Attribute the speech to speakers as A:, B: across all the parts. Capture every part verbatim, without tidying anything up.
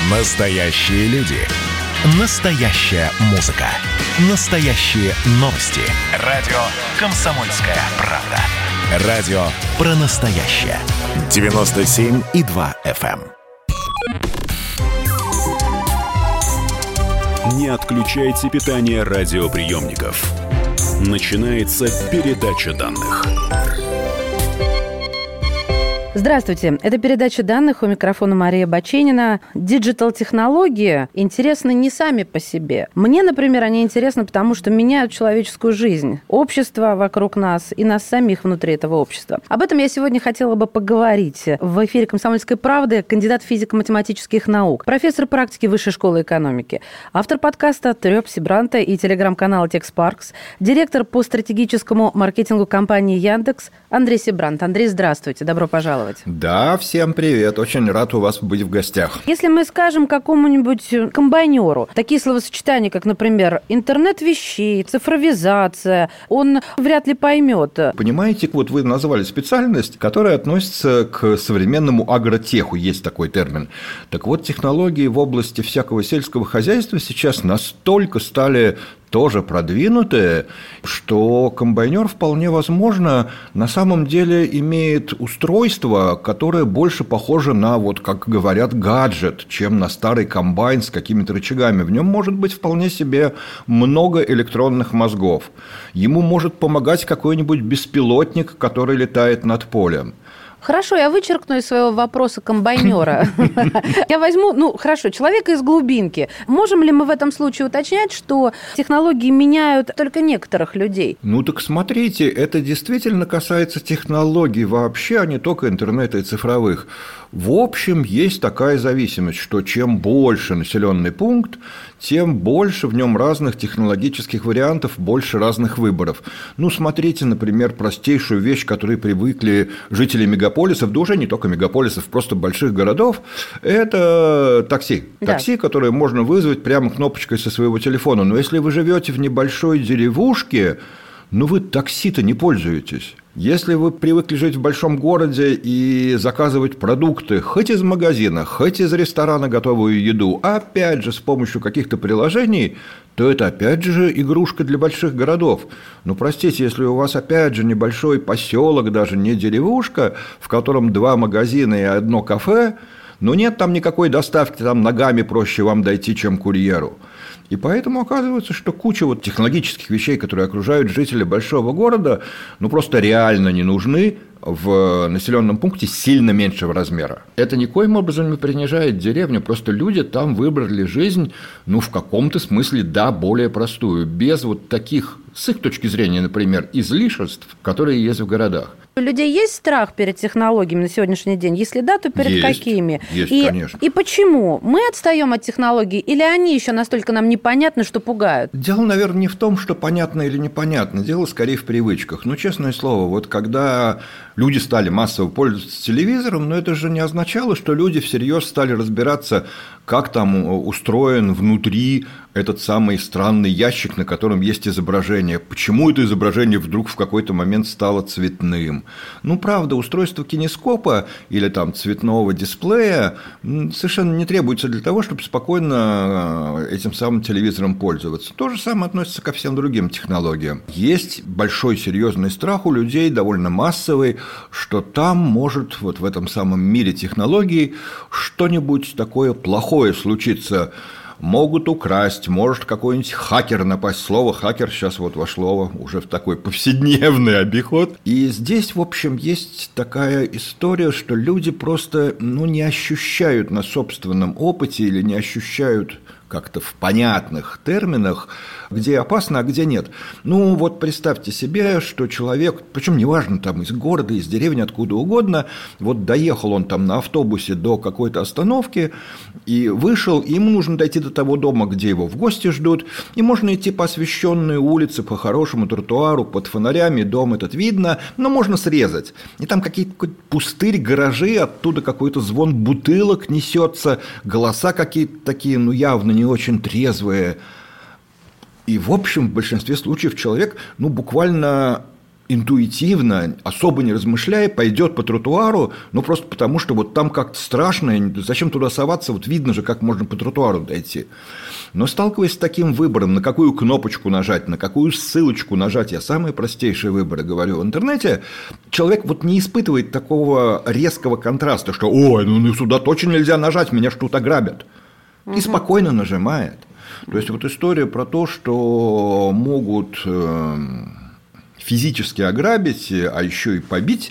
A: Настоящие люди. Настоящая музыка. Настоящие новости. Радио «Комсомольская правда». Радио про настоящее. девяносто семь и два эф эм.
B: Не отключайте питание радиоприемников. Начинается передача данных.
C: Здравствуйте. Это передача данных. У микрофона Мария Баченина. Диджитал-технологии интересны не сами по себе. Мне, например, они интересны, потому что меняют человеческую жизнь, общество вокруг нас и нас самих внутри этого общества. Об этом я сегодня хотела бы поговорить. В эфире «Комсомольской правды» кандидат физико-математических наук, профессор практики Высшей школы экономики, автор подкаста «Трёп Сибранта» и телеграм-канала «Техспаркс», директор по стратегическому маркетингу компании «Яндекс» Андрей Сибрант. Андрей, здравствуйте. Добро пожаловать.
D: Да, всем привет. Очень рад у вас быть в гостях.
C: Если мы скажем какому-нибудь комбайнеру такие словосочетания, как, например, интернет вещей, цифровизация, он вряд ли поймет.
D: Понимаете, вот вы назвали специальность, которая относится к современному агротеху, есть такой термин. Так вот, технологии в области всякого сельского хозяйства сейчас настолько стали тоже продвинутые, что комбайнер вполне возможно на самом деле имеет устройство, которое больше похоже на, вот как говорят, гаджет, чем на старый комбайн с какими-то рычагами. В нем может быть вполне себе много электронных мозгов. Ему может помогать какой-нибудь беспилотник, который летает над полем.
C: Хорошо, я вычеркну из своего вопроса комбайнера. Я возьму, ну, хорошо, человека из глубинки. Можем ли мы в этом случае уточнять, что технологии меняют только некоторых людей?
D: Ну, так смотрите, это действительно касается технологий вообще, а не только интернета и цифровых. В общем, есть такая зависимость, что чем больше населенный пункт, тем больше в нем разных технологических вариантов, больше разных выборов. Ну, смотрите, например, простейшую вещь, к которой привыкли жители мегаполисов, да уже не только мегаполисов, просто больших городов, это такси. Да. Такси, которое можно вызвать прямо кнопочкой со своего телефона. Но если вы живете в небольшой деревушке, ну вы такси-то не пользуетесь. Если вы привыкли жить в большом городе и заказывать продукты хоть из магазина, хоть из ресторана готовую еду, опять же с помощью каких-то приложений, то это опять же игрушка для больших городов. Ну, простите, если у вас опять же небольшой поселок, даже не деревушка, в котором два магазина и одно кафе, ну нет там никакой доставки, там ногами проще вам дойти, чем курьеру. И поэтому оказывается, что куча вот технологических вещей, которые окружают жителей большого города, ну просто реально не нужны в населенном пункте сильно меньшего размера. Это никоим образом не принижает деревню, просто люди там выбрали жизнь, ну, в каком-то смысле, да, более простую, без вот таких, с их точки зрения, например, излишеств, которые есть в городах.
C: У людей есть страх перед технологиями на сегодняшний день? Если да, то перед
D: есть,
C: какими?
D: Есть,
C: и,
D: конечно.
C: И почему? Мы отстаем от технологий или они еще настолько нам непонятны, что пугают?
D: Дело, наверное, не в том, что понятно или непонятно. Дело скорее в привычках. Ну, честное слово, вот когда люди стали массово пользоваться телевизором, но это же не означало, что люди всерьез стали разбираться, как там устроен внутри этот самый странный ящик, на котором есть изображение. Почему это изображение вдруг в какой-то момент стало цветным? Ну, правда, устройство кинескопа или там цветного дисплея совершенно не требуется для того, чтобы спокойно этим самым телевизором пользоваться. То же самое относится ко всем другим технологиям. Есть большой серьезный страх у людей, довольно массовый, что там может вот в этом самом мире технологий что-нибудь такое плохое случиться. Могут украсть, может какой-нибудь хакер напасть. Слово «хакер» сейчас вот вошло уже в такой повседневный обиход. И здесь, в общем, есть такая история, что люди просто ну, не ощущают на собственном опыте или не ощущают как-то в понятных терминах, где опасно, а где нет. Ну, вот представьте себе, что человек, причем неважно, там из города, из деревни, откуда угодно, вот доехал он там на автобусе до какой-то остановки и вышел, и ему нужно дойти до того дома, где его в гости ждут, и можно идти по освещенной улице, по хорошему тротуару, под фонарями, дом этот видно, но можно срезать. И там какие-то пустырь, гаражи, оттуда какой-то звон бутылок несется, голоса какие-то такие, ну, явно не очень трезвые. И, в общем, в большинстве случаев человек, ну, буквально интуитивно, особо не размышляя, пойдет по тротуару, ну, просто потому, что вот там как-то страшно, зачем туда соваться, вот видно же, как можно по тротуару дойти. Но сталкиваясь с таким выбором, на какую кнопочку нажать, на какую ссылочку нажать, я самые простейшие выборы говорю в интернете, человек вот не испытывает такого резкого контраста, что «Ой, ну сюда точно нельзя нажать, меня ж тут ограбят». И спокойно нажимает. То есть, вот история про то, что могут физически ограбить, а еще и побить,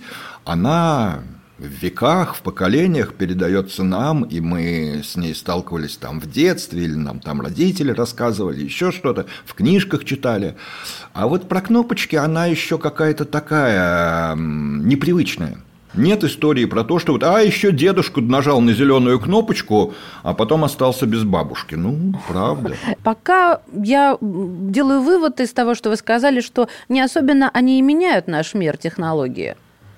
D: она в веках, в поколениях передается нам, и мы с ней сталкивались там в детстве, или нам там родители рассказывали, еще что-то, в книжках читали. А вот про кнопочки она еще какая-то такая непривычная. Нет истории про то, что вот, а еще дедушка нажал на зеленую кнопочку, а потом остался без бабушки. Ну, правда.
C: Пока я делаю вывод из того, что вы сказали, что не особенно они и меняют наш мир, технологии.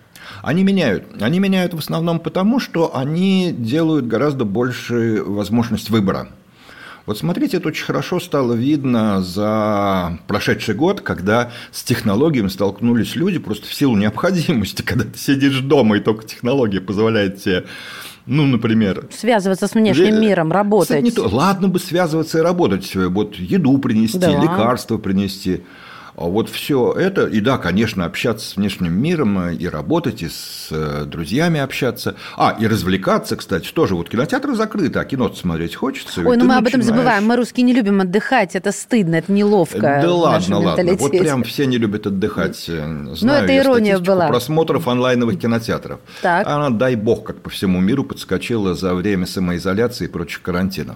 D: Они меняют. Они меняют в основном потому, что они делают гораздо больше возможность выбора. Вот смотрите, это очень хорошо стало видно за прошедший год, когда с технологиями столкнулись люди просто в силу необходимости, когда ты сидишь дома, и только технология позволяет тебе, ну, например...
C: связываться с внешним э... миром, работать.
D: Не то. Ладно бы связываться и работать, вот еду принести, да. лекарства принести... А вот все это, и да, конечно, общаться с внешним миром, и работать, и с друзьями общаться. А, и развлекаться, кстати, тоже. Вот кинотеатры закрыты, а кино смотреть хочется.
C: Ой, ну мы об этом забываем. Мы, русские, не любим отдыхать. Это стыдно, это неловко.
D: Да ладно, ладно. Вот прям все не любят отдыхать. Знаю,
C: ну, это ирония была.
D: Просмотров онлайновых кинотеатров.
C: Так.
D: Она, дай бог, как по всему миру подскочила за время самоизоляции и прочих карантинов.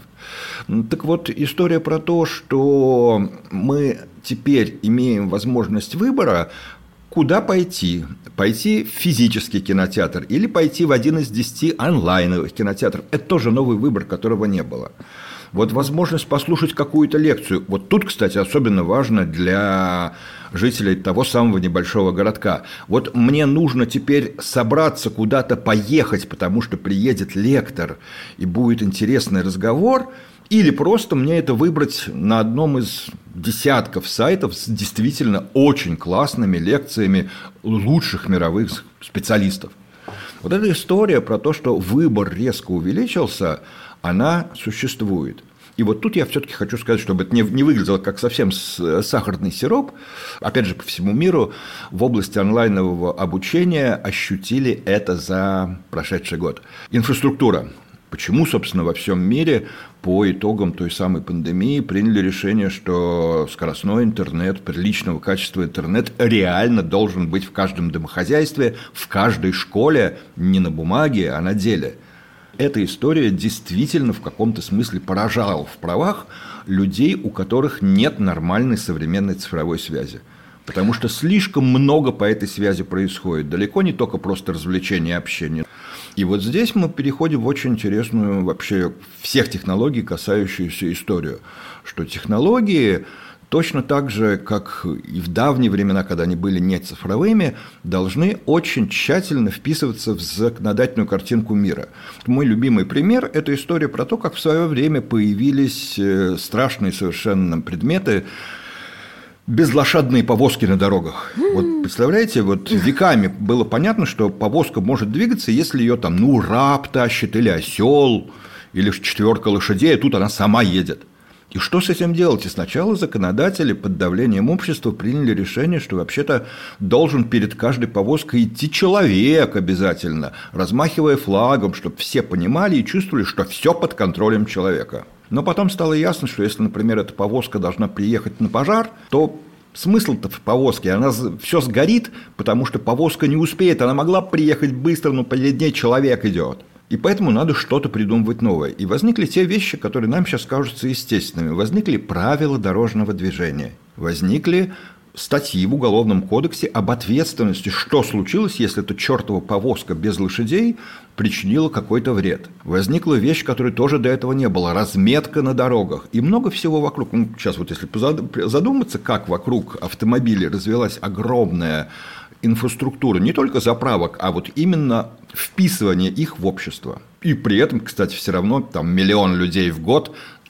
D: Так вот, история про то, что мы... теперь имеем возможность выбора, куда пойти. Пойти в физический кинотеатр или пойти в один из десяти онлайновых кинотеатров. Это тоже новый выбор, которого не было. Вот возможность послушать какую-то лекцию. Вот тут, кстати, особенно важно для жителей того самого небольшого городка. Вот мне нужно теперь собраться куда-то поехать, потому что приедет лектор и будет интересный разговор. Или просто мне это выбрать на одном из десятков сайтов с действительно очень классными лекциями лучших мировых специалистов. Вот эта история про то, что выбор резко увеличился, она существует. И вот тут я все-таки хочу сказать, чтобы это не, не выглядело как совсем сахарный сироп. Опять же, по всему миру в области онлайнового обучения ощутили это за прошедший год. Инфраструктура. Почему, собственно, во всем мире по итогам той самой пандемии приняли решение, что скоростной интернет, приличного качества интернет реально должен быть в каждом домохозяйстве, в каждой школе, не на бумаге, а на деле. Эта история действительно в каком-то смысле поражала в правах людей, у которых нет нормальной современной цифровой связи. Потому что слишком много по этой связи происходит. Далеко не только просто развлечение и общение. И вот здесь мы переходим в очень интересную вообще всех технологий касающуюся историю. Что технологии точно так же, как и в давние времена, когда они были не цифровыми, должны очень тщательно вписываться в законодательную картинку мира. Мой любимый пример – это история про то, как в свое время появились страшные совершенно предметы, безлошадные повозки на дорогах. Вот представляете, вот веками было понятно, что повозка может двигаться, если ее там, ну, раб тащит, или осел, или четверка лошадей, а тут она сама едет. И что с этим делать? И сначала законодатели под давлением общества приняли решение, что вообще-то должен перед каждой повозкой идти человек обязательно, размахивая флагом, чтобы все понимали и чувствовали, что все под контролем человека. Но потом стало ясно, что если, например, эта повозка должна приехать на пожар, то смысл-то в повозке, она все сгорит, потому что повозка не успеет, она могла приехать быстро, но перед ней человек идет. И поэтому надо что-то придумывать новое. И возникли те вещи, которые нам сейчас кажутся естественными. Возникли правила дорожного движения, возникли статьи в Уголовном кодексе об ответственности, что случилось, если эта чертова повозка без лошадей причинила какой-то вред. Возникла вещь, которой тоже до этого не было – разметка на дорогах. И много всего вокруг. Ну, сейчас вот если задуматься, как вокруг автомобилей развилась огромная инфраструктура, не только заправок, а вот именно вписывание их в общество. И при этом, кстати, все равно там миллион людей в год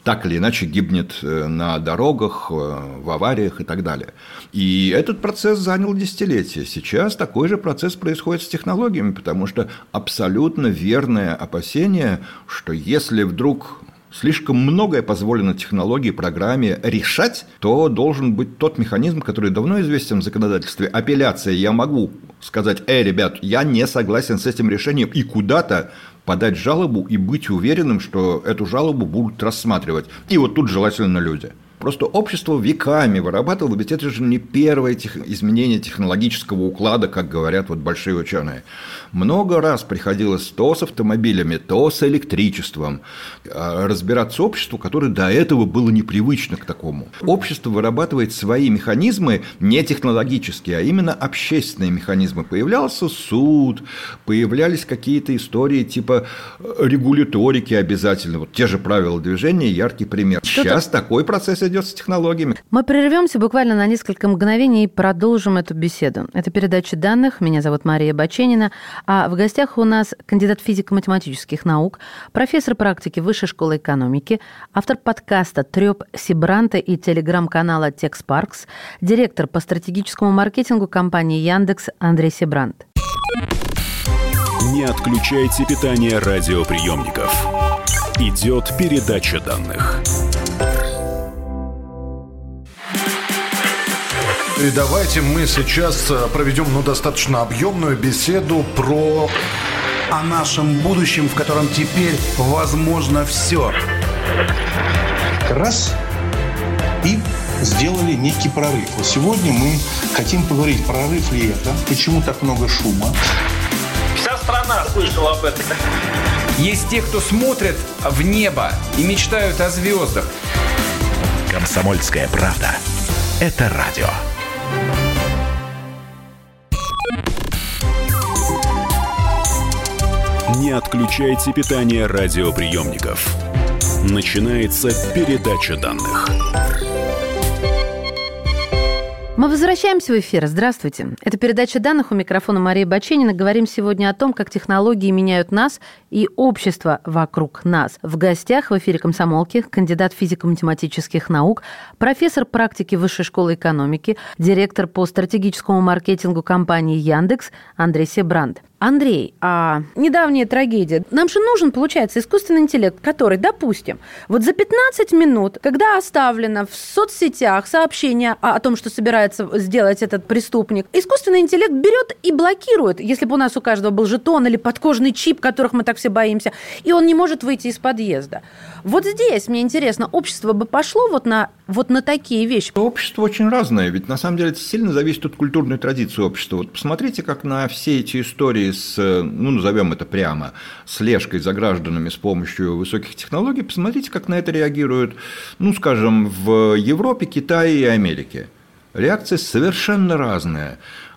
D: так или иначе гибнет на дорогах, в авариях и так далее. И этот процесс занял десятилетия. Сейчас такой же процесс происходит с технологиями, потому что абсолютно верное опасение, что если вдруг слишком многое позволено технологии, программе решать, то должен быть тот механизм, который давно известен в законодательстве. Апелляция. Я могу сказать: эй, ребят, я не согласен с этим решением, и куда-то подать жалобу и быть уверенным, что эту жалобу будут рассматривать. И вот тут желательно люди. Просто общество веками вырабатывало, ведь это же не первое тех... изменение технологического уклада, как говорят вот большие ученые. Много раз приходилось то с автомобилями, то с электричеством разбираться обществу, которое до этого было непривычно к такому. Общество вырабатывает свои механизмы не технологические, а именно общественные механизмы. Появлялся суд, появлялись какие-то истории типа регуляторики обязательно. Вот те же правила движения, яркий пример. Сейчас такой процесс идет с технологиями.
C: Мы прервемся буквально на несколько мгновений и продолжим эту беседу. Это передача данных. Меня зовут Мария Баченина. А в гостях у нас кандидат физико-математических наук, профессор практики Высшей школы экономики, автор подкаста «Трёп Сибранта» и телеграм-канала «Текспаркс», директор по стратегическому маркетингу компании Яндекс Андрей Сибрант.
B: Не отключайте питание радиоприемников. Идет передача данных.
E: И давайте мы сейчас проведем ну, достаточно объемную беседу про...
F: о нашем будущем, в котором теперь возможно все.
G: Раз и сделали некий прорыв. Вот сегодня мы хотим поговорить, прорыв ли это, почему так много шума.
H: Вся страна слышала об этом.
I: Есть те, кто смотрят в небо и мечтают о звездах.
A: «Комсомольская правда» – это радио.
B: Не отключайте питание радиоприемников. Начинается передача данных.
C: Мы возвращаемся в эфир. Здравствуйте. Это передача данных, у микрофона Мария Баченина. Говорим сегодня о том, как технологии меняют нас и общество вокруг нас. В гостях в эфире «Комсомолки» кандидат физико-математических наук, профессор практики Высшей школы экономики, директор по стратегическому маркетингу компании Яндекс Андрей Сибрант. Андрей, а недавняя трагедия. Нам же нужен, получается, искусственный интеллект, который, допустим, вот за пятнадцать минут, когда оставлено в соцсетях сообщение о том, что собирается сделать этот преступник, искусственный интеллект берет и блокирует, если бы у нас у каждого был жетон или подкожный чип, которых мы так все боимся, и он не может выйти из подъезда. Вот здесь, мне интересно, общество бы пошло вот на, вот на такие вещи?
D: Общество очень разное, ведь на самом деле это сильно зависит от культурной традиции общества. Вот посмотрите, как на все эти истории с, ну, назовем это прямо, слежкой за гражданами с помощью высоких технологий, посмотрите, как на это реагируют, ну, скажем, в Европе, Китае и Америке. Реакция совершенно разная.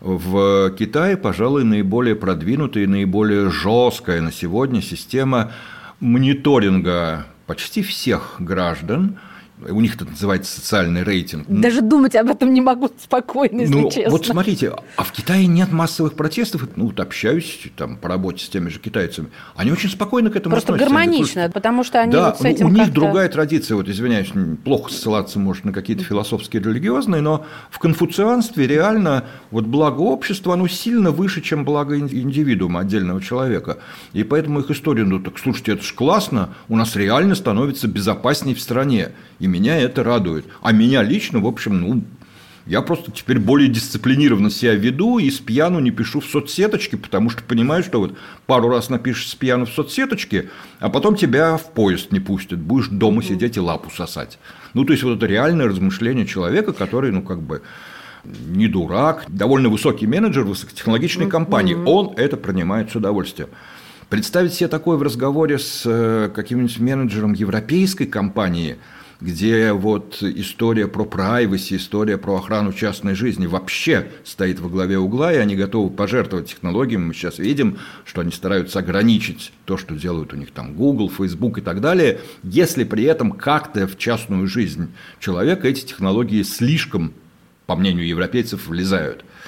D: В Китае, пожалуй, наиболее продвинутая и наиболее жесткая на сегодня система мониторинга почти всех граждан. У них это называется социальный рейтинг.
C: Даже думать об этом не могу спокойно, если
D: ну,
C: честно.
D: Вот смотрите, а в Китае нет массовых протестов. Ну, вот общаюсь там, по работе с теми же китайцами. Они очень спокойно к этому
C: Просто
D: относятся.
C: гармонично,
D: говорят,
C: потому что они
D: да,
C: вот с этим
D: у них
C: как-то...
D: другая традиция. Вот, извиняюсь, плохо ссылаться, может, на какие-то философские, религиозные, но в конфуцианстве реально вот благо общества, оно сильно выше, чем благо индивидуума, отдельного человека. И поэтому их история, ну, так слушайте, это ж классно, у нас реально становится безопаснее в стране. И меня это радует. А меня лично, в общем, ну, я просто теперь более дисциплинированно себя веду и с пьяну не пишу в соцсеточке, потому что понимаю, что вот пару раз напишешь с пьяну в соцсеточке, а потом тебя в поезд не пустят, будешь дома сидеть и лапу сосать. Ну, то есть, вот это реальное размышление человека, который, ну, как бы не дурак, довольно высокий менеджер высокотехнологичной компании, он это принимает с удовольствием. Представить себе такое в разговоре с каким-нибудь менеджером европейской компании, где вот история про privacy, история про охрану частной жизни вообще стоит во главе угла, и они готовы пожертвовать технологиями. Мы сейчас видим, что они стараются ограничить то, что делают у них там Google, Facebook и так далее, если при этом как-то в частную жизнь человека эти технологии слишком, по мнению европейцев, влезают.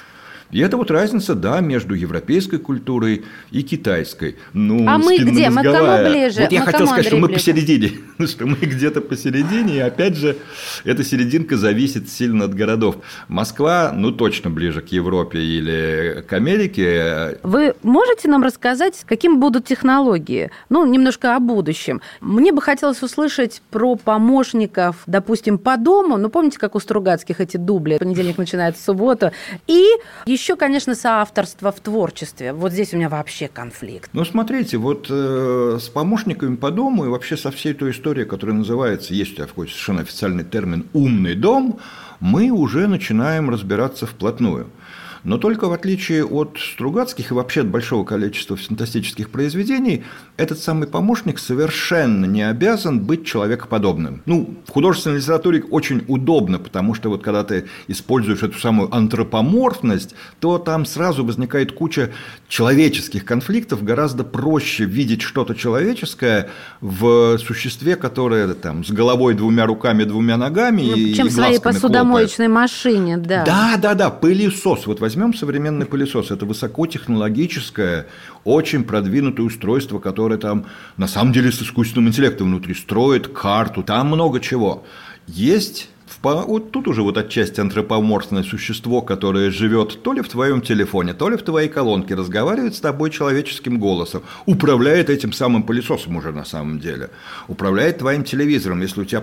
D: И это вот разница, да, между европейской культурой и китайской. Ну,
C: а мы где? Мы к кому ближе?
D: Вот я
C: мы
D: хотел сказать, что мы
C: ближе?
D: посередине, что мы где-то посередине, и опять же, эта серединка зависит сильно от городов. Москва, ну, точно ближе к Европе или к Америке.
C: Вы можете нам рассказать, каким будут технологии? Ну, немножко о будущем. Мне бы хотелось услышать про помощников, допустим, по дому. Ну, помните, как у Стругацких эти дубли? Понедельник начинается субботу. И еще, конечно, соавторство в творчестве. Вот здесь у меня вообще конфликт.
D: Ну, смотрите, вот э, с помощниками по дому и вообще со всей той историей, которая называется, есть у тебя какой-то совершенно официальный термин «умный дом», мы уже начинаем разбираться вплотную. Но только в отличие от Стругацких и вообще от большого количества фантастических произведений, этот самый помощник совершенно не обязан быть человекоподобным. Ну, в художественной литературе очень удобно, потому что вот когда ты используешь эту самую антропоморфность, то там сразу возникает куча человеческих конфликтов, гораздо проще видеть что-то человеческое в существе, которое там с головой, двумя руками, двумя ногами, ну, и,
C: чем
D: и
C: в своей посудомоечной хлопает. Машине, да.
D: Да, да, да, пылесос. Вот возьмем современный пылесос. Это высокотехнологическое, очень продвинутое устройство, которое там на самом деле с искусственным интеллектом внутри строит карту, там много чего. Есть вот тут уже вот отчасти антропоморфное существо, которое живет то ли в твоем телефоне, то ли в твоей колонке, разговаривает с тобой человеческим голосом, управляет этим самым пылесосом уже на самом деле, управляет твоим телевизором. Если у тебя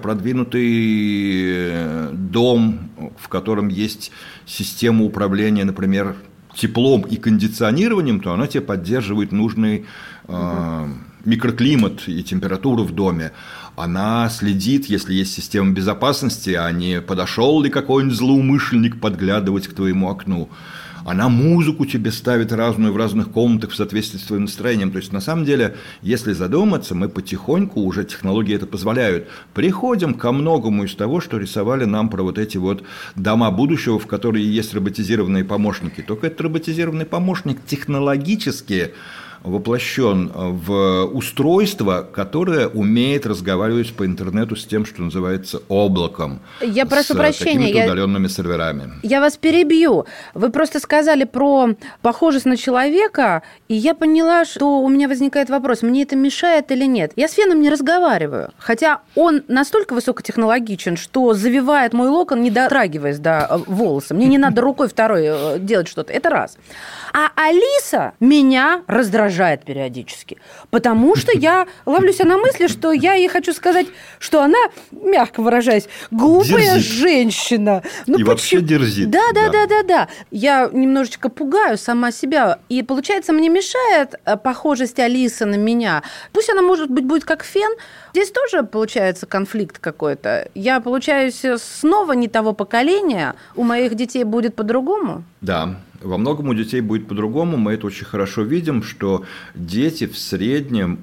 D: продвинутый дом, в котором есть система управления, например, теплом и кондиционированием, то она тебе поддерживает нужный э, микроклимат и температуру в доме. Она следит, если есть система безопасности, а не подошел ли какой-нибудь злоумышленник подглядывать к твоему окну. Она музыку тебе ставит разную в разных комнатах в соответствии с твоим настроением. То есть, на самом деле, если задуматься, мы потихоньку, уже технологии это позволяют, приходим ко многому из того, что рисовали нам про вот эти вот дома будущего, в которые есть роботизированные помощники. Только этот роботизированный помощник технологически воплощен в устройство, которое умеет разговаривать по интернету с тем, что называется облаком.
C: Я прошу
D: с
C: прощения,
D: какими-то удаленными я... серверами.
C: Я вас перебью. Вы просто сказали про похожесть на человека, и я поняла, что у меня возникает вопрос, мне это мешает или нет. Я с феном не разговариваю, хотя он настолько высокотехнологичен, что завивает мой локон, не дотрагиваясь до волоса. Мне не надо рукой второй делать что-то. Это раз. А Алиса меня раздражает периодически, потому что я ловлю себя на мысли, что я ей хочу сказать, что она, мягко выражаясь, глупая дерзит. Женщина. Ну,
D: и почему? Вообще дерзит.
C: Да, да, да, да, да. Я немножечко пугаю сама себя, и, получается, мне мешает похожесть Алисы на меня. Пусть она, может быть, будет как фен. Здесь тоже получается конфликт какой-то. Я получаюсь снова не того поколения, у моих детей будет по-другому.
D: Да. Во многом у детей будет по-другому, мы это очень хорошо видим, что дети в среднем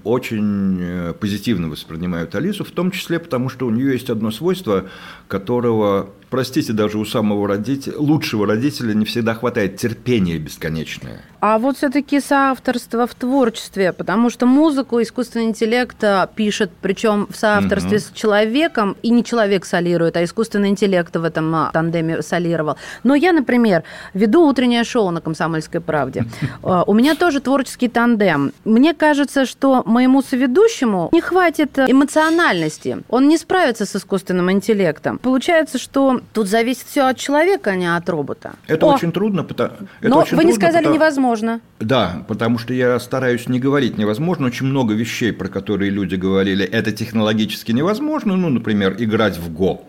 D: очень позитивно воспринимают Алису, в том числе потому, что у нее есть одно свойство, которого, простите, даже у самого родителя, лучшего родителя не всегда хватает — терпения бесконечное.
C: А вот все-таки соавторство в творчестве, потому что музыку искусственный интеллект пишет, причем в соавторстве угу. с человеком, и не человек солирует, а искусственный интеллект в этом тандеме солировал. Но я, например, веду утреннее шоу на «Комсомольской правде». У меня тоже творческий тандем. Мне кажется, что моему соведущему не хватит эмоциональности. Он не справится с искусственным интеллектом. Получается, что тут зависит все от человека, а не от робота.
D: Это
C: О!
D: очень трудно. Это
C: Но
D: очень
C: вы не
D: трудно,
C: сказали
D: потому...
C: невозможно.
D: Да, потому что я стараюсь не говорить невозможно. Очень много вещей, про которые люди говорили, это технологически невозможно. Ну, например, играть в Го.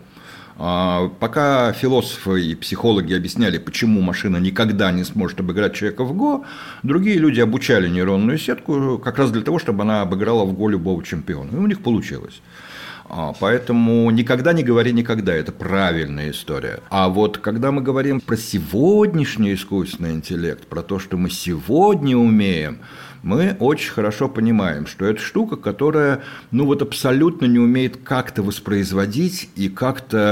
D: Пока философы и психологи объясняли, почему машина никогда не сможет обыграть человека в Го, другие люди обучали нейронную сетку как раз для того, чтобы она обыграла в Го любого чемпиона. И у них получилось. Поэтому никогда не говори никогда, это правильная история. А вот когда мы говорим про сегодняшний искусственный интеллект, про то, что мы сегодня умеем, мы очень хорошо понимаем, что это штука, которая ну вот абсолютно не умеет как-то воспроизводить и как-то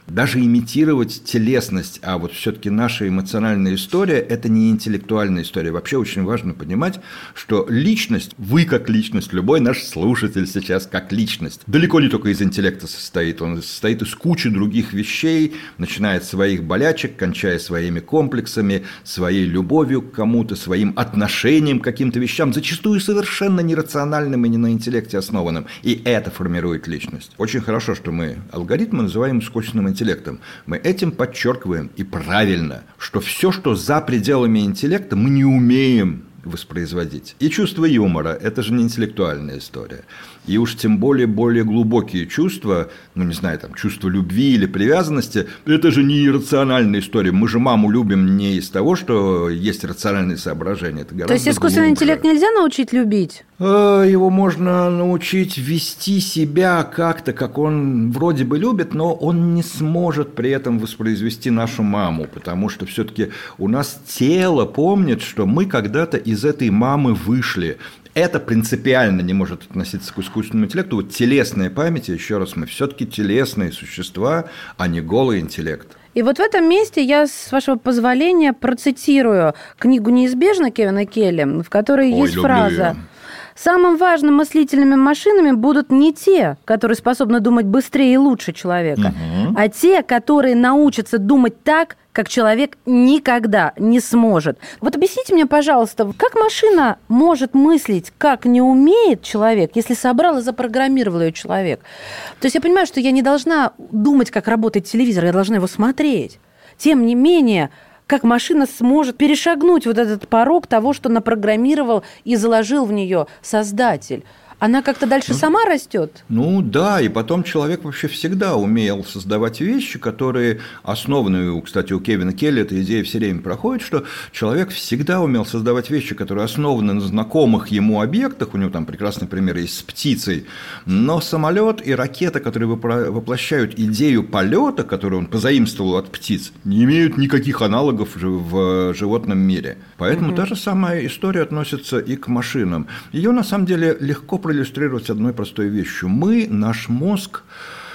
D: даже имитировать телесность, а вот все-таки наша эмоциональная история – это не интеллектуальная история. Вообще очень важно понимать, что личность, вы как личность, любой наш слушатель сейчас как личность, далеко не только из интеллекта состоит, он состоит из кучи других вещей, начиная от своих болячек, кончая своими комплексами, своей любовью к кому-то, своим отношением к каким-то вещам, зачастую совершенно нерациональным и не на интеллекте основанным. И это формирует личность. Очень хорошо, что мы алгоритмы называем искусственным интеллектом. Мы этим подчеркиваем, и правильно, что все, что за пределами интеллекта, мы не умеем воспроизводить. И чувство юмора – это же не интеллектуальная история. И уж тем более более глубокие чувства, ну, не знаю, там, чувство любви или привязанности, это же не иррациональная история. Мы же маму любим не из того, что есть рациональные соображения. Это
C: То есть искусственный глубже. Интеллект нельзя научить любить?
D: Его можно научить вести себя как-то, как он вроде бы любит, но он не сможет при этом воспроизвести нашу маму, потому что все-таки у нас тело помнит, что мы когда-то из этой мамы вышли. Это принципиально не может относиться к искусственному интеллекту. Вот телесная память, еще раз, мы все-таки телесные существа, а не голый интеллект.
C: И вот в этом месте я, с вашего позволения, процитирую книгу «Неизбежно» Кевина Келли, в которой
D: Ой,
C: есть
D: люблю
C: фраза
D: ее.
C: «Самым важным мыслительными машинами будут не те, которые способны думать быстрее и лучше человека, угу. а те, которые научатся думать так, как человек никогда не сможет». Вот объясните мне, пожалуйста, как машина может мыслить, как не умеет человек, если собрал и запрограммировал ее человек? То есть я понимаю, что я не должна думать, как работает телевизор, я должна его смотреть. Тем не менее, как машина сможет перешагнуть вот этот порог того, что напрограммировал и заложил в нее создатель? Она как-то дальше сама растет?
D: Ну да, и потом человек вообще всегда умел создавать вещи, которые основаны, кстати, у Кевина Келли эта идея все время проходит, что человек всегда умел создавать вещи, которые основаны на знакомых ему объектах, у него там прекрасный пример есть с птицей, но самолет и ракета, которые воплощают идею полета, которую он позаимствовал от птиц, не имеют никаких аналогов в животном мире. Поэтому угу. та же самая история относится и к машинам. Ее на самом деле легко проиллюстрировать одной простой вещью. Мы, наш мозг,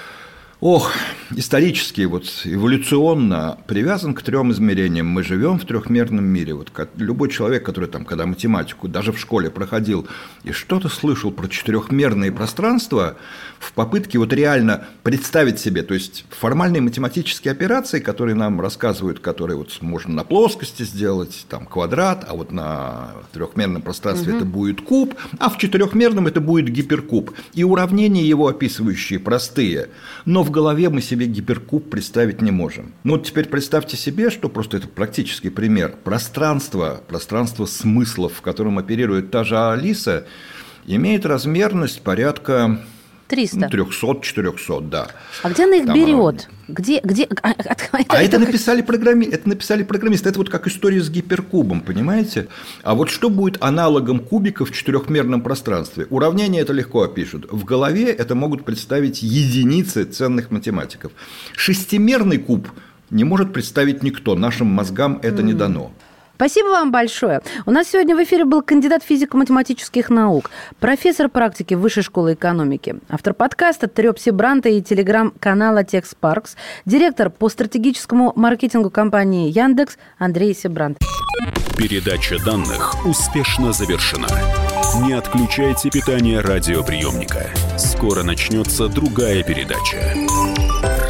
D: ох, исторически, вот, эволюционно привязан к трем измерениям. Мы живем в трехмерном мире. Вот, как любой человек, который там, когда математику даже в школе проходил и что-то слышал про четырехмерные пространства, в попытке вот реально представить себе, то есть формальные математические операции, которые нам рассказывают, которые вот можно на плоскости сделать, там квадрат, а вот на трехмерном пространстве угу. это будет куб, а в четырехмерном это будет гиперкуб. И уравнения его описывающие простые, но в голове мы себе гиперкуб представить не можем. Ну вот теперь представьте себе, что просто это практический пример. Пространство, пространство смыслов, в котором оперирует та же Алиса, имеет размерность порядка
C: триста.
D: триста-четыреста, да.
C: А где она их Там берет? Где, где... А,
D: это, а это, написали программи... это написали программисты. Это вот как история с гиперкубом, понимаете? А вот что будет аналогом кубика в четырехмерном пространстве? Уравнение это легко опишут. В голове это могут представить единицы ценных математиков. Шестимерный куб не может представить никто. Нашим мозгам это mm. не дано.
C: Спасибо вам большое. У нас сегодня в эфире был кандидат физико-математических наук, профессор практики Высшей школы экономики, автор подкаста Трёп Сибранта и телеграм-канала TechSparks, директор по стратегическому маркетингу компании Яндекс Андрей Сибрант.
B: Передача данных успешно завершена. Не отключайте питание радиоприемника. Скоро начнется другая передача.